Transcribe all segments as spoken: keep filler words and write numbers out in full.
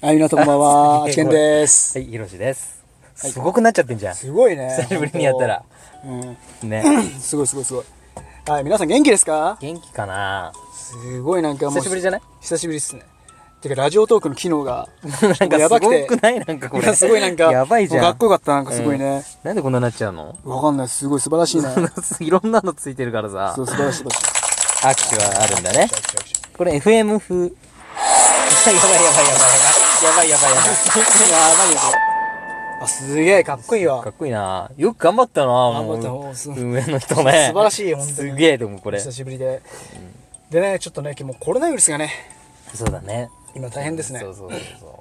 はい、皆さんこんばんは。あちけんです。 はい、ひろしです。すごくなっちゃってんじゃん。 すごいね。 久しぶりにやったら。 うん。 ね。 すごいすごいすごい。はい、皆さん元気ですか？ 元気かな。 すごいなんかもう。 久しぶりじゃない？ 久しぶりっすね。てか、ラジオトークの機能が、 なんかやばくて。 すごくないなんかこれ。 すごいなんか、 やばいじゃん。 かっこよかった、なんかすごいね。 うん、なんでこんななっちゃうの？ わかんない。すごい素晴らしいね。 いろんなのついてるからさ。 そう、素晴らしい素晴らしい。 握手はあるんだね。これ エフエム 風。やばいやばいやばいやばいやばい。やばいやばいやばい。やばいよこれ。 あ、すげえかっこいいわ。 かっこいいな。よく頑張ったな。 頑張ったもう上の人ね。 素晴らしい本当に。 すげえでもこれ。 久しぶりで。うん、でね、ちょっとね、もうコロナウイルスがね。 そうだね。 今大変ですね。 そうそうそうそう。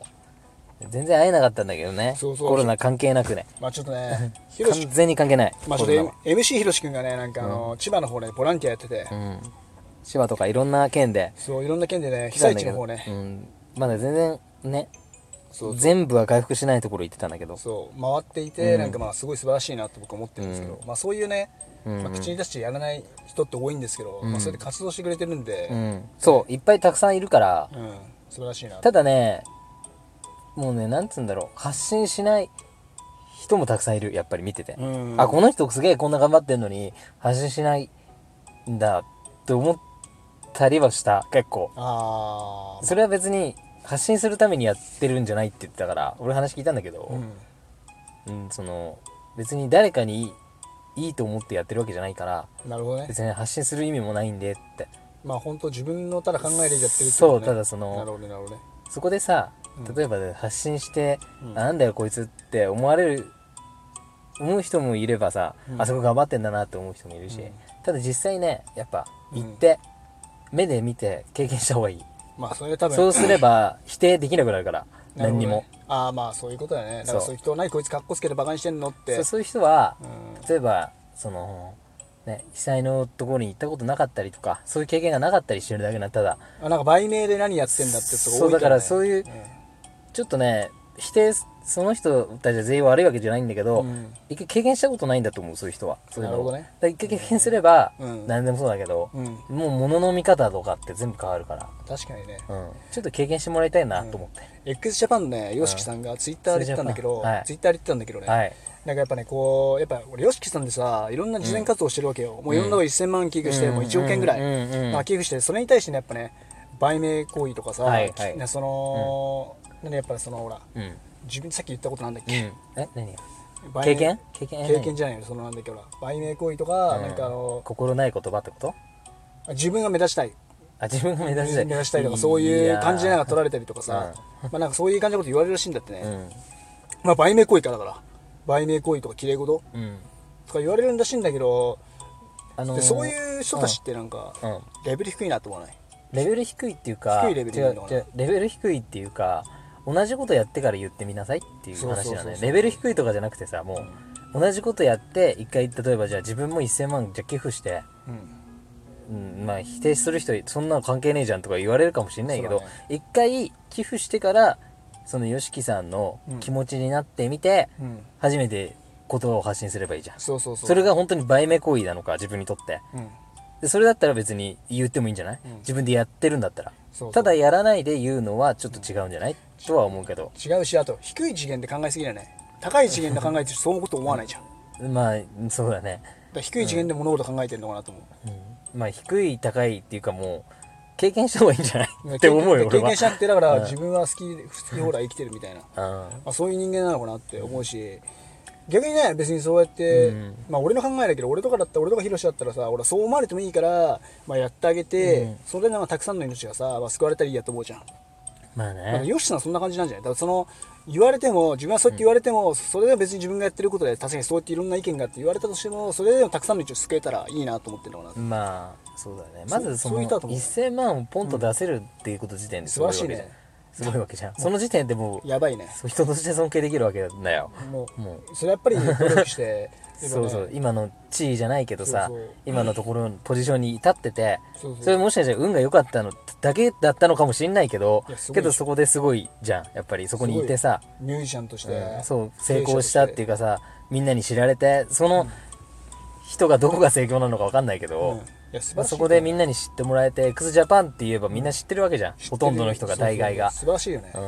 全然会えなかったんだけどね。そうそうコロナ関係なくね。 まあちょっとね、 完全に関係ない。 まあちょっと エムシー ひろしくんがね、なんかあの、うん、千葉の方でボランティアやってて。うん千葉とかいろんな県でそういろんな県でね被災地の方ね、 うん、まだ全然ねそう全部は回復しないところ行ってたんだけどそう回っていて、うん、なんかまあすごい素晴らしいなと僕は思ってるんですけど、うん、まあそういうね、うんまあ、口に出してやらない人って多いんですけど、うんまあ、それで活動してくれてるんで、うん、 そういっぱいたくさんいるから、 うん、素晴らしいな。 ただねもうねなんつうんだろう発信しない人もたくさんいるやっぱり見てて、うん、あこの人すげえこんな頑張ってんのに発信しないんだって思ってたりはした結構。あそれは別に発信するためにやってるんじゃないって言ってたから俺話聞いたんだけど、うんうん、その別に誰かにいいと思ってやってるわけじゃないから、 なるほどね、 別に発信する意味もないんでって。 まあ本当自分のただ考えでやってるってことね。 そうただそのなるほどなるほど、ね、 そこでさ例えば発信して、うん、なんだよこいつって思われる思う人もいればさ、うん、あそこ頑張ってんだなって思う人もいるし、うん、ただ実際ねやっぱ行って、うん目で見て経験した方がいい。 まあそれ多分そうすれば否定できなくなるから何にも、ね、 ああまあそういうことだね。だからそういう人は何こいつカッコつけてバカにしてんのってそうそういう人は、うん、例えばそのね被災のところに行ったことなかったりとかそういう経験がなかったりしてるだけなただあなんか売名で何やってんだってとこ多いから、ね、そうだからそういう、うん、ちょっとね否定その人たちは全員悪いわけじゃないんだけど、うん、一回経験したことないんだと思うそういう人は。そういうのを、ね、一回経験すれば、うん、何でもそうだけど、うん、もう物の見方とかって全部変わるから。 確かにね、 うん、ちょっと経験してもらいたいなと思って、 うん、x ジャパンのね ヨシキさんがツイッターで言ったんだけど、はい、ツイッターで言ってたんだけどね、はい、なんかやっぱねこうやっぱ俺 ヨシキさんでさいろんな慈善活動してるわけよ、うん、もういろんなとこせんまん寄付して、うん、もういちおくえんぐらい、うんまあ、寄付してそれに対してねやっぱね売名行為とかさ、はいはいね、その、うん、何やっぱりそのほら、うん自分さっき言ったことなんだっけ、うん、 え何経験経験経験じゃないのそのなんだっけほら売名行為とか、うん、なんかあの心ない言葉ってこと？ 自分が目立ちたいあ自分が目立ちたい目立ちたいとかそういう感じでなんか取られたりとかさ、うん、まあなんかそういう感じのこと言われるらしいんだってね、うん、まあ売名行為かだから売名行為とか綺麗事、うん、とか言われるらしいんだけど、あのー、そういう人たちってなんか、うん、レベル低いなと思わない？ レベル低いっていうか低いレベル違う違うレベル低いっていうか同じことやってから言ってみなさいっていう話だね。レベル低いとかじゃなくてさもう、うん、同じことやって一回例えばじゃあ自分もせんまんじゃ寄付して、うんうん、まあ否定する人そんなの関係ねえじゃんとか言われるかもしれないけど、ね、一回寄付してからその ヨシキさんの気持ちになってみて、うん、初めて言葉を発信すればいいじゃん。そうそうそうそれが本当に売名行為なのか自分にとって、うん、でそれだったら別に言ってもいいんじゃない、うん、自分でやってるんだったら。そうそうただやらないで言うのはちょっと違うんじゃない、うん、とは思うけど。 違うしあと低い次元で考えすぎだよね。高い次元で考えてそういうこと思わないじゃん、 うん、まあそうだね。 だ低い次元で物事考えてるのかなと思う、 うん、まあ低い高いっていうかもう経験した方がいいんじゃないって思うよ。 経験しなくてだから自分は好き好き放題生きてるみたいな、うんまあ、そういう人間なのかなって思うし、逆にね別にそうやって、うん、まあ俺の考えだけど俺とかだったら俺とかヒロシだったらさ俺はそう思われてもいいから、まあ、やってあげて、うん、それでたくさんの命がさ、まあ、救われたらいいやと思うじゃん。 まあねヨシさんそんな感じなんじゃない？だからその言われても自分はそうやって言われても、うん、それでは別に自分がやってることで確かにそうやっていろんな意見があって言われたとしてもそれでもたくさんの命を救えたらいいなと思ってるのかな。 まあそうだね。まずそのせんまんをポンと出せるっていうこと時点ですごいわけじゃん、うん、素晴らしいね。すごいわけじゃん。その時点でもうやばいね。 人として尊敬できるわけだよ。 もう、もうそれやっぱり努力して、ね、 そうそう今の地位じゃないけどさそうそう今のところのポジションに至っててそうそうそれもしかしたら運が良かったのだけだったのかもしれないけどけどそこですごいじゃんやっぱりそこにいてさミュージシャンとして、 うん、そう成功したっていうかさみんなに知られてその人がどこが成功なのか分かんないけど、うんいやまあ、そこでみんなに知ってもらえて x ジャパンって言えばみんな知ってるわけじゃん、うん、ほとんどの人が大概が素晴らしいよね、うん、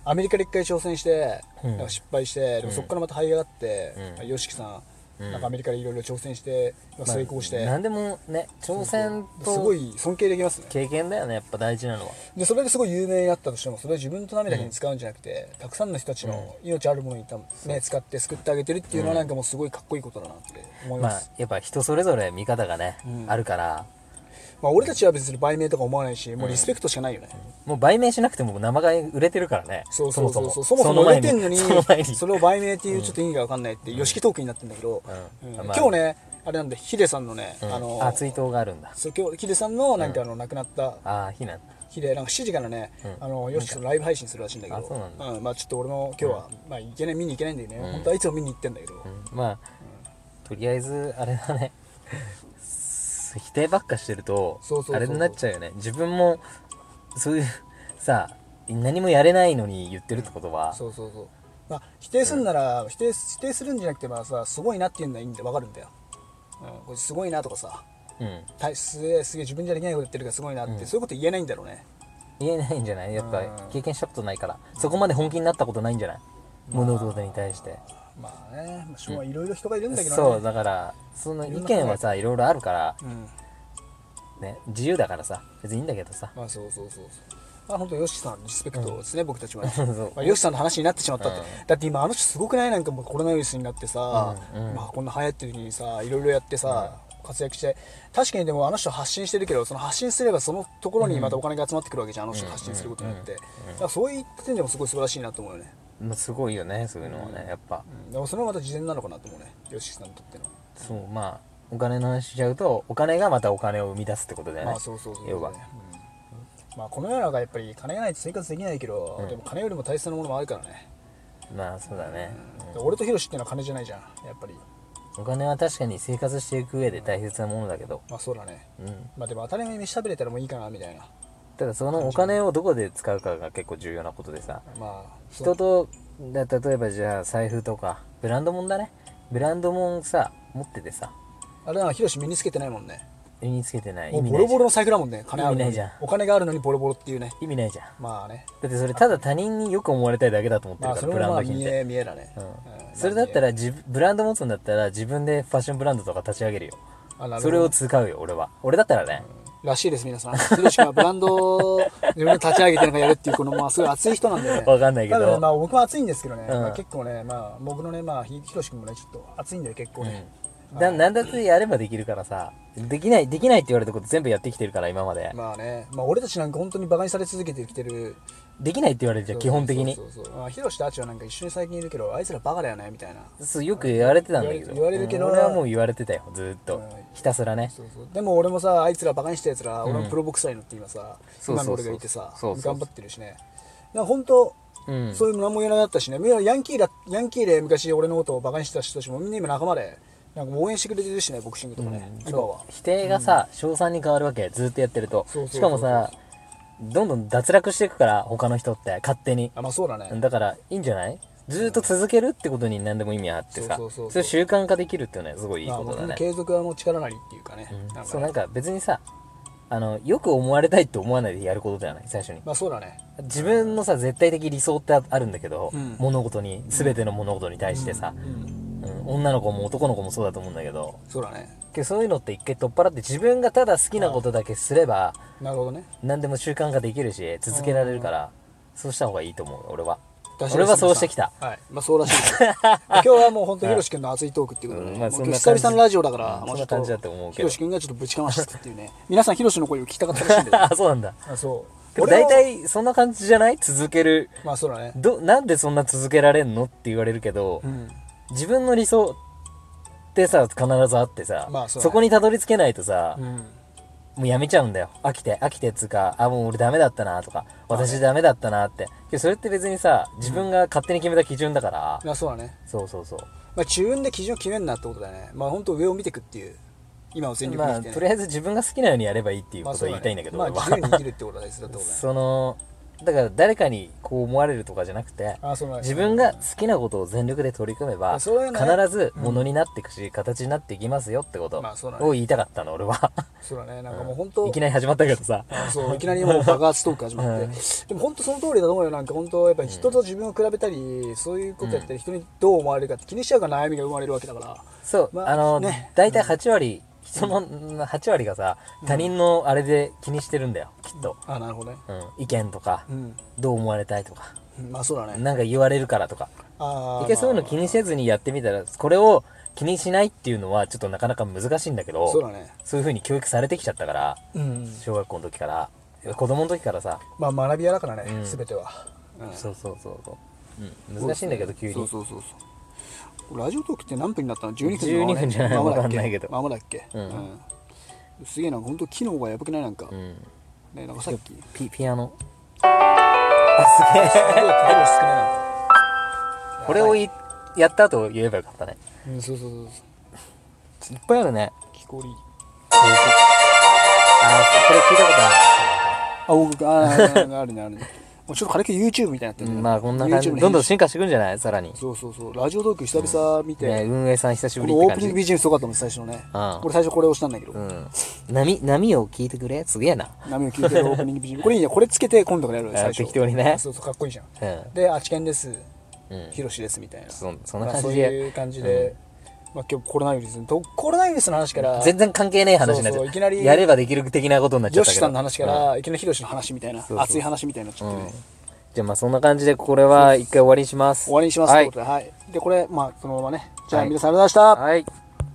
アメリカで一回挑戦して、 うんなんか失敗して、でもそこからまた這い上がって、 うん YOSHIKI さん、 うんなんかアメリカでいろいろ挑戦して、まあ、成功して、 まあ、何でもね挑戦とすごい尊敬できますね。 経験だよね、やっぱ大事なのは。 でそれですごい有名になったとしても、それは自分のためだけに使うんじゃなくて、うん、たくさんの人たちの命あるものにた、ね、使って救ってあげてるっていうのはなんかもうすごいかっこいいことだなって思います。 まあ、やっぱ人それぞれ見方がね、うん、あるから、 まあ、俺たちは別に売名とか思わないし、もうリスペクトしかないよね、 うん、もう売名しなくても生が売れてるからね。 そうそうそうそう、そもそも売れてんのに、それを売名っていうちょっと意味が分かんないって、ヨシキトークになってるんだけど、うんうん、今日ねあれなんでヒデさんのね、 うん、 あのあ追悼があるんだ。 そう今日ヒデさんのなんかあの亡くなった、うん、 あヒデヒデなんかしちじからね、うん、あのヨシキさんライブ配信するらしいんだけど、 あそうなんだ、 うん、まあちょっと俺も今日は、うん、まあ行けない見に行けないんだよね、うん、本当はいつも見に行ってんだけど、 うん、まあ、うん、とりあえずあれだね否定ばっかしてるとあれになっちゃうよね。自分もそういうさ何もやれないのに言ってるってことは、 そうそうそう、まあ、否定するんなら、うん、否定否定するんじゃなくて、まあさすごいなっていうのはいいんで分かるんだよ、うん、これすごいなとかさ、うん、すげえすげえ自分じゃできないこと言ってるからすごいなって、うん、そういうこと言えないんだろうね。 言えないんじゃないやっぱ、うん、経験したことないから、うん、そこまで本気になったことないんじゃない、まあ、物事に対して。 まあね、まあ、しょうがいろいろ人がいるんだけどね、 そうだからその意見はさいろいろあるから、うんね、自由だからさ別にいいんだけどさ、 まあそうそうそうそう、まあ本当ヨシさんリスペクトですね、うん、僕たちは、ねまあ、ヨシさんの話になってしまったって、うん、だって今あの人すごくない、なんかもうコロナウイルスになってさ、うんうん、まあこんな流行ってる時にさいろいろやってさ、うん、活躍して、確かにでもあの人発信してるけど、その発信すればそのところにまたお金が集まってくるわけじゃん、あの人発信することによって、だからそういった点でもすごい素晴らしいなと思うよね。 まあ、すごいよねそういうのはね、うん、やっぱ、 うん、でもそれはまた事前なのかなと思うね、ヨシさんにとっての。 そうまあお金の話しちゃうとお金がまたお金を生み出すってことだよね。 まあそうそうそうそう、要は、うん、まあこの世の中やっぱり金がないと生活できないけど、うん、でも金よりも大切なものもあるからね。 まあそうだね、 うん、俺とヒロシっていうのは金じゃないじゃんやっぱり。 お金は確かに生活していく上で大切なものだけど、 うん、まあそうだね、うん、まあでも当たり前に飯食べれたらもういいかなみたいな。 ただそのお金をどこで使うかが結構重要なことでさ、まあ、人とだ例えばじゃあ財布とかブランド物だね、ブランド物さ持っててさ、 あれだな、ヒロシ身につけてないもんね。 身につけてない、 もうボロボロの財布だもんね。金あるのに意味ないじゃん、 お金があるのにボロボロっていうね、 意味ないじゃん。 まあね、 だってそれただ他人によく思われたいだけだと思ってるから、まあ、ブランド品って見え見えだね、 うんうん、それだったら自ブランド持つんだったら自分でファッションブランドとか立ち上げるよ。あ、それを使うよ俺は。俺だったらね、 うん、らしいです皆さん。ヒロシ君はブランドを自分で立ち上げてなんかやるっていうこのまあすごい熱い人なんでね。 わかんないけど、 まあ僕も熱いんですけどね、うん、まあ、結構ね、まあ僕のね、まあヒロシ君もねちょっと熱いんで結構ね、 うん、だなんだってやればできるからさ、できないできないって言われたこと全部やってきてるから今まで。 まあね、まあ俺たちなんか本当にバカにされ続けてきてる。 できないって言われるじゃん基本的に。 そうそうそうそう、まあ、ヒロシとアチはなんか一緒に最近いるけど、あいつらバカだよねみたいな。 そうよく言われてたんだけど、 言われるけど、 うん、俺はもう言われてたよずっと、うん、ひたすらね。 そうそうでも俺もさ、あいつらバカにしたやつら、うん、俺もプロボクサーになって今さ、今の俺がいてさ、頑張ってるしね。だから本当、うん、そういうの何も言えなかったしね、ヤンキーだヤンキーで昔俺のことをバカにしてた人たちもみんな今仲間でなんか応援してくれてるしね、ボクシングとかね、うん、今は否定がさ、うん、称賛に変わるわけ、ずっとやってると。しかもさどんどん脱落していくから他の人って勝手に。 あ、まあそうだね。 だからいいんじゃない、ずっと続けるってことに何でも意味あってさ、それ習慣化できるっていうのはすごいいいことだね。まあ、 継続はもう力なりっていうかね、 うん、なんかね、そうなんか別にさあのよく思われたいって思わないでやることじゃない最初に。 まあそうだね。 自分のさ絶対的理想ってあるんだけど、うん、物事に全ての物事に対してさ、うんうん、女の子も男の子もそうだと思うんだけど、 そうだね。 けどそういうのって一回取っ払って自分がただ好きなことだけすれば、 なるほどね、 何でも習慣化できるし続けられるから、そうした方がいいと思う俺は。俺はそうしてきた。 はい、まあそうらしいです今日はもう本当にヒロシ君の熱いトークっていうことで、ね、うん、まあ、そんな久々のラジオだから、 うん、そんな感じだと思うけど、 ヒロシ君がちょっとぶちかましてっていうね皆さんヒロシの声を聞きたかったらしいんであ、そうなんだ。 あ、そう大体そんな感じじゃない、続ける。 まあそうだね。 どなんでそんな続けられんのって言われるけど、うん、自分の理想ってさ必ずあってさ、まあ そ, ね、そこにたどり着けないとさ、うん、もうやめちゃうんだよ。飽きて飽きてっつうか、あもう俺ダメだったなとか、私ダメだったなって。けどそれって別にさ自分が勝手に決めた基準だから、 うん、あ、そうだね。 そうそうそう、 まあ、自分で基準を決めるなってことだよね。まあ本当上を見てくっていう、今を全力で生きて、ね、 まあとりあえず自分が好きなようにやればいいっていうことを言いたいんだけど、 まあ、ね、まあ自由に生きるってことは大事だってことだねそのだから誰かにこう思われるとかじゃなくて、自分が好きなことを全力で取り組めば必ずものになっていくし、形になっていきますよってことを言いたかったの俺は。 そうだね、なんかもう本当いきなり始まったけどさ、 そういきなりもう爆発トーク始まってでも本当その通りだと思うよ。なんか本当やっぱ人と自分を比べたり、そういうことやって人にどう思われるかって気にしちゃうから悩みが生まれるわけだから。 そう、あの大体はち割人のはち割がさ、他人のあれで気にしてるんだよきっと。 あ、なるほどね。 意見とかどう思われたいとか、 まあそうだね、 なんか言われるからとか、一回そういうの気にせずにやってみたら、これを気にしないっていうのはちょっとなかなか難しいんだけど、 そうだね、 そういう風に教育されてきちゃったから、小学校の時から子供の時からさ、 まあ学び屋だからね、全ては。 そうそうそうそう、難しいんだけど急に。 そうそうそうそう。ラジオトークって何分になったの？じゅうにふん。 じゅうにふんじゃない、分かんないけど。 まもだっけ。すげえな、ほんと機能がやばくない？なんかね、なんかさっきピピアノ、 あ、すげえ、すごい少ない。なんかこれをやった後言えばよかったね。 うん、そうそうそうそう、いっぱいあるね。 木こり。 あ、これ聞いたことある。 あ、僕、ああるね、あるね。もうちょっと軽く YouTube みたいになってるね。 まあこんな感じでどんどん進化していくんじゃない？さらに。 そうそうそう、ラジオトーク久々見て、 運営さん久しぶりって感じ。このオープニング ビージーエム すごかったもん最初のね。俺最初これを押したんだけど、 波波を聞いてくれ、すげえな。 波を聞いてるオープニング ビージーエム、これいいね。これつけて今度からやる最初。 適当にね。 そうそう、かっこいいじゃん。で、あちけんです、ひろしですみたいな。 そんな感じで、 そういう感じで。まあ今日コロナウイルスのコロナウイルスの話から全然関係ねえ話になっちゃう。いきなりやればできる的なことになっちゃったけど、 よしさんの話からいきなりひろしの話みたいな熱い話みたいになっちゃってね。 じゃあまあそんな感じでこれは一回終わりにします。 終わりにします。はい。でこれまあそのままね。じゃあ皆さんありがとうございました。 はい。